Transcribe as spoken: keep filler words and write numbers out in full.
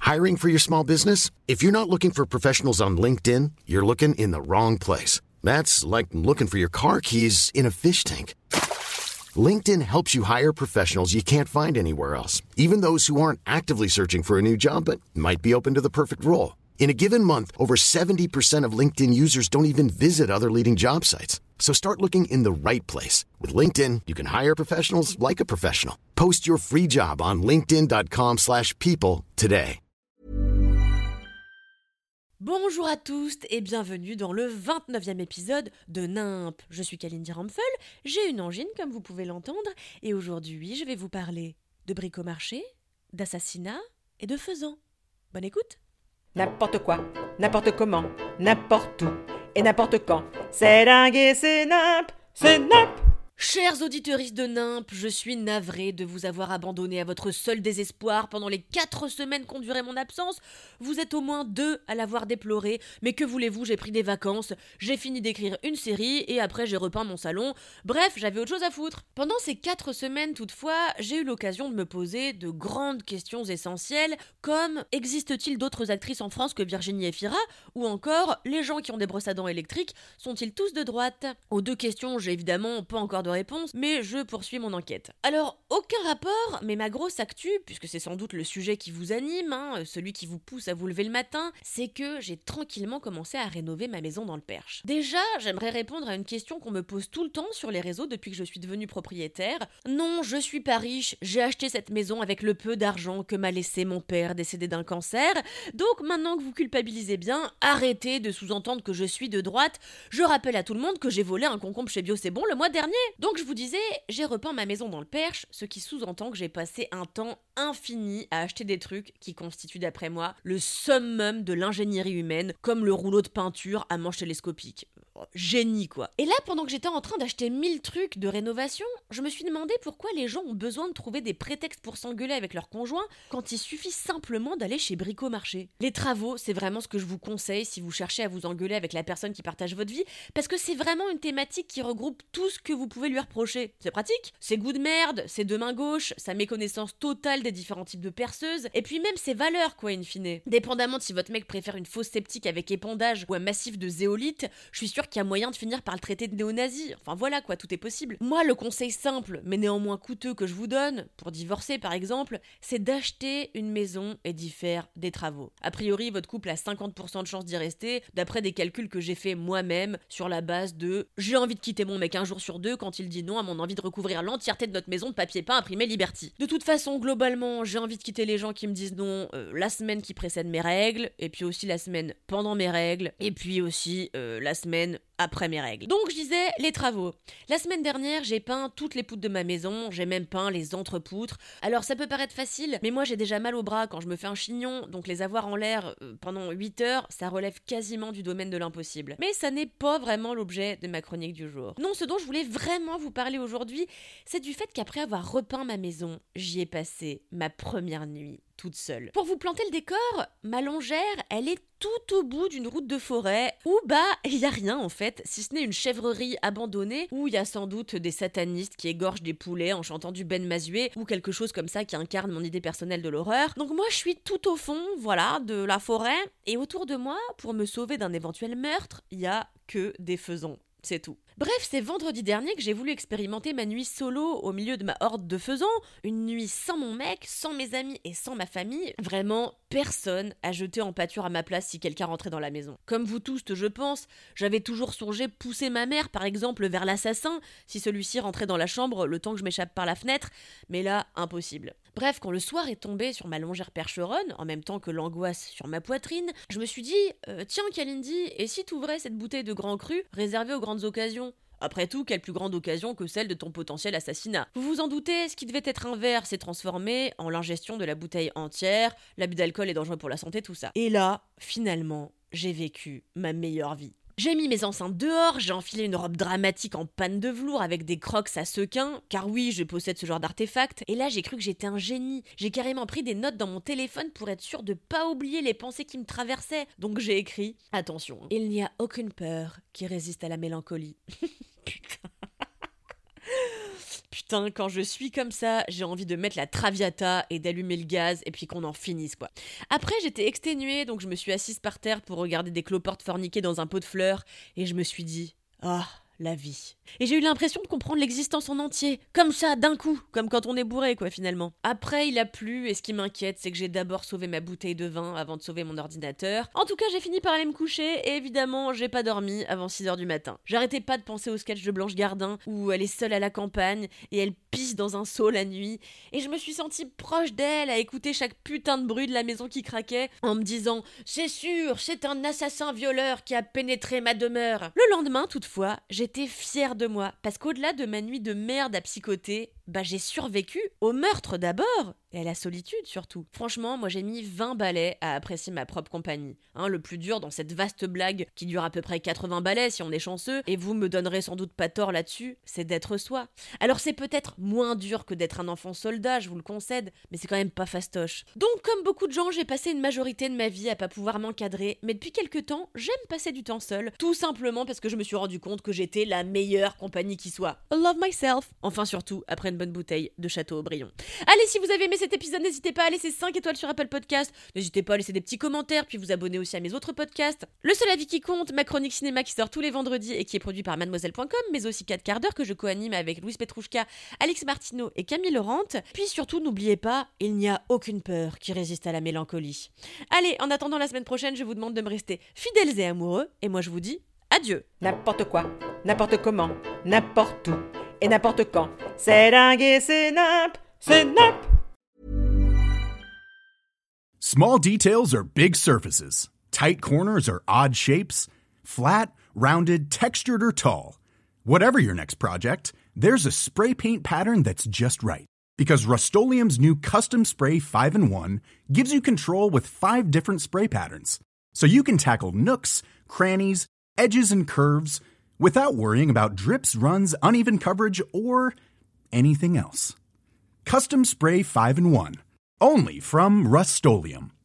Hiring for your small business? If you're not looking for professionals on LinkedIn, you're looking in the wrong place. That's like looking for your car keys in a fish tank. LinkedIn helps you hire professionals you can't find anywhere else, even those who aren't actively searching for a new job but might be open to the perfect role. In a given month, over seventy percent of LinkedIn users don't even visit other leading job sites. So start looking in the right place. With LinkedIn, you can hire professionals like a professional. Post your free job on linkedin.com slash people today. Bonjour à tous et bienvenue dans le vingt-neuvième épisode de Nimp. Je suis Kalindi Ramphel, j'ai une angine comme vous pouvez l'entendre et aujourd'hui je vais vous parler de bricomarché, d'assassinat et de faisans. Bonne écoute. N'importe quoi, n'importe comment, n'importe où et n'importe quand. C'est dingue et c'est nimp, c'est nimp. Chers auditeuristes de Nimp, je suis navrée de vous avoir abandonné à votre seul désespoir pendant les quatre semaines qu'ont duré mon absence. Vous êtes au moins deux à l'avoir déploré, mais que voulez-vous, j'ai pris des vacances, j'ai fini d'écrire une série et après j'ai repeint mon salon. Bref, j'avais autre chose à foutre. Pendant ces quatre semaines toutefois, j'ai eu l'occasion de me poser de grandes questions essentielles, comme existe-t-il d'autres actrices en France que Virginie Efira, ou encore les gens qui ont des brosses à dents électriques sont-ils tous de droite? Aux deux questions, j'ai évidemment pas encore de réponse, mais je poursuis mon enquête. Alors, aucun rapport, mais ma grosse actu, puisque c'est sans doute le sujet qui vous anime, hein, celui qui vous pousse à vous lever le matin, c'est que j'ai tranquillement commencé à rénover ma maison dans le Perche. Déjà, j'aimerais répondre à une question qu'on me pose tout le temps sur les réseaux depuis que je suis devenue propriétaire. Non, je suis pas riche, j'ai acheté cette maison avec le peu d'argent que m'a laissé mon père décédé d'un cancer, donc maintenant que vous culpabilisez bien, arrêtez de sous-entendre que je suis de droite. Je rappelle à tout le monde que j'ai volé un concombre chez Bio C'est Bon le mois dernier. Donc je vous disais, j'ai repeint ma maison dans le Perche, ce qui sous-entend que j'ai passé un temps infini à acheter des trucs qui constituent d'après moi le summum de l'ingénierie humaine, comme le rouleau de peinture à manche télescopique. Génie quoi. Et là, pendant que j'étais en train d'acheter mille trucs de rénovation, je me suis demandé pourquoi les gens ont besoin de trouver des prétextes pour s'engueuler avec leur conjoint quand il suffit simplement d'aller chez Bricomarché. Les travaux, c'est vraiment ce que je vous conseille si vous cherchez à vous engueuler avec la personne qui partage votre vie, parce que c'est vraiment une thématique qui regroupe tout ce que vous pouvez lui reprocher. C'est pratique, ses goûts de merde, ses deux mains gauches, sa méconnaissance totale des différents types de perceuses, et puis même ses valeurs quoi in fine. Dépendamment de si votre mec préfère une fosse septique avec épandage ou un massif de zéolite, je suis sûre qu'il y a moyen de finir par le traiter de néo-nazi. Enfin voilà quoi, tout est possible. Moi, le conseil simple, mais néanmoins coûteux que je vous donne, pour divorcer par exemple, c'est d'acheter une maison et d'y faire des travaux. A priori, votre couple a cinquante pour cent de chance d'y rester, d'après des calculs que j'ai fait moi-même, sur la base de « j'ai envie de quitter mon mec un jour sur deux quand il dit non à mon envie de recouvrir l'entièreté de notre maison de papier peint imprimé Liberty ». De toute façon, globalement, j'ai envie de quitter les gens qui me disent non euh, la semaine qui précède mes règles, et puis aussi la semaine pendant mes règles, et puis aussi euh, la semaine après mes règles. Donc je disais les travaux. La semaine dernière, j'ai peint toutes les poutres de ma maison, j'ai même peint les entrepoutres. Alors ça peut paraître facile, mais moi j'ai déjà mal au bras quand je me fais un chignon, donc les avoir en l'air euh, pendant huit heures, ça relève quasiment du domaine de l'impossible. Mais ça n'est pas vraiment l'objet de ma chronique du jour. Non, ce dont je voulais vraiment vous parler aujourd'hui, c'est du fait qu'après avoir repeint ma maison, j'y ai passé ma première nuit toute seule. Pour vous planter le décor, ma longère, elle est tout au bout d'une route de forêt où, bah, il y a rien en fait, si ce n'est une chèvrerie abandonnée où il y a sans doute des satanistes qui égorgent des poulets en chantant du Ben Mazué ou quelque chose comme ça qui incarne mon idée personnelle de l'horreur. Donc moi, je suis tout au fond, voilà, de la forêt et autour de moi, pour me sauver d'un éventuel meurtre, il y a que des faisans. C'est tout. Bref, c'est vendredi dernier que j'ai voulu expérimenter ma nuit solo au milieu de ma horde de faisans, une nuit sans mon mec, sans mes amis et sans ma famille. Vraiment, personne a jeté en pâture à ma place si quelqu'un rentrait dans la maison. Comme vous tous, je pense, j'avais toujours songé pousser ma mère, par exemple, vers l'assassin, si celui-ci rentrait dans la chambre le temps que je m'échappe par la fenêtre, mais là, impossible. Bref, quand le soir est tombé sur ma longère percheronne, en même temps que l'angoisse sur ma poitrine, je me suis dit euh, « Tiens, Kalindi, et si t'ouvrais cette bouteille de Grand Cru réservée aux grandes occasions ?» Après tout, quelle plus grande occasion que celle de ton potentiel assassinat. Vous vous en doutez, ce qui devait être un verre s'est transformé en l'ingestion de la bouteille entière, l'abus d'alcool est dangereux pour la santé, tout ça. Et là, finalement, j'ai vécu ma meilleure vie. J'ai mis mes enceintes dehors, j'ai enfilé une robe dramatique en panne de velours avec des crocs à sequins, car oui, je possède ce genre d'artefact, et là j'ai cru que j'étais un génie. J'ai carrément pris des notes dans mon téléphone pour être sûre de pas oublier les pensées qui me traversaient. Donc j'ai écrit « Attention, il n'y a aucune peur qui résiste à la mélancolie. » Putain. putain, quand je suis comme ça, j'ai envie de mettre la Traviata et d'allumer le gaz et puis qu'on en finisse, quoi. Après, j'étais exténuée, donc je me suis assise par terre pour regarder des cloportes forniquer dans un pot de fleurs et je me suis dit « Ah !» la vie. Et j'ai eu l'impression de comprendre l'existence en entier, comme ça, d'un coup, comme quand on est bourré, quoi, finalement. Après, il a plu, et ce qui m'inquiète, c'est que j'ai d'abord sauvé ma bouteille de vin avant de sauver mon ordinateur. En tout cas, j'ai fini par aller me coucher, et évidemment, j'ai pas dormi avant six heures du matin. J'arrêtais pas de penser au sketch de Blanche Gardin, où elle est seule à la campagne, et elle pisse dans un seau la nuit, et je me suis sentie proche d'elle, à écouter chaque putain de bruit de la maison qui craquait, en me disant « C'est sûr, c'est un assassin violeur qui a pénétré ma demeure !» Le lendemain, toutefois, j'ai J'étais fière de moi, parce qu'au-delà de ma nuit de merde à psychoter, bah j'ai survécu au meurtre d'abord, et à la solitude surtout. Franchement, moi j'ai mis vingt balais à apprécier ma propre compagnie. Hein, le plus dur dans cette vaste blague qui dure à peu près quatre-vingts balais si on est chanceux, et vous me donnerez sans doute pas tort là-dessus, c'est d'être soi. Alors c'est peut-être moins dur que d'être un enfant soldat, je vous le concède, mais c'est quand même pas fastoche. Donc comme beaucoup de gens, j'ai passé une majorité de ma vie à pas pouvoir m'encadrer, mais depuis quelques temps, j'aime passer du temps seul, tout simplement parce que je me suis rendu compte que j'étais la meilleure compagnie qui soit. I love myself. Enfin surtout, après une bonne bouteille de Château-Aubryon. Allez, si vous avez aimé cet épisode, n'hésitez pas à laisser cinq étoiles sur Apple Podcast, n'hésitez pas à laisser des petits commentaires, puis vous abonner aussi à mes autres podcasts. Le seul avis qui compte, ma chronique cinéma qui sort tous les vendredis et qui est produit par mademoiselle point com, mais aussi quatre quarts d'heure que je co-anime avec Louise Petrouchka, Alix Martineau et Camille Laurent. Puis surtout, n'oubliez pas, il n'y a aucune peur qui résiste à la mélancolie. Allez, en attendant la semaine prochaine, je vous demande de me rester fidèles et amoureux, et moi je vous dis adieu. N'importe quoi, n'importe comment, n'importe où et n'importe quand. C'est dingue et c'est nimp, c'est nimp. Small details are big surfaces. Tight corners are odd shapes. Flat, rounded, textured, or tall. Whatever your next project, there's a spray paint pattern that's just right. Because Rust-Oleum's new Custom Spray five in one gives you control with five different spray patterns. So you can tackle nooks, crannies, edges, and curves without worrying about drips, runs, uneven coverage, or anything else. Custom Spray five in one. Only from Rust-Oleum.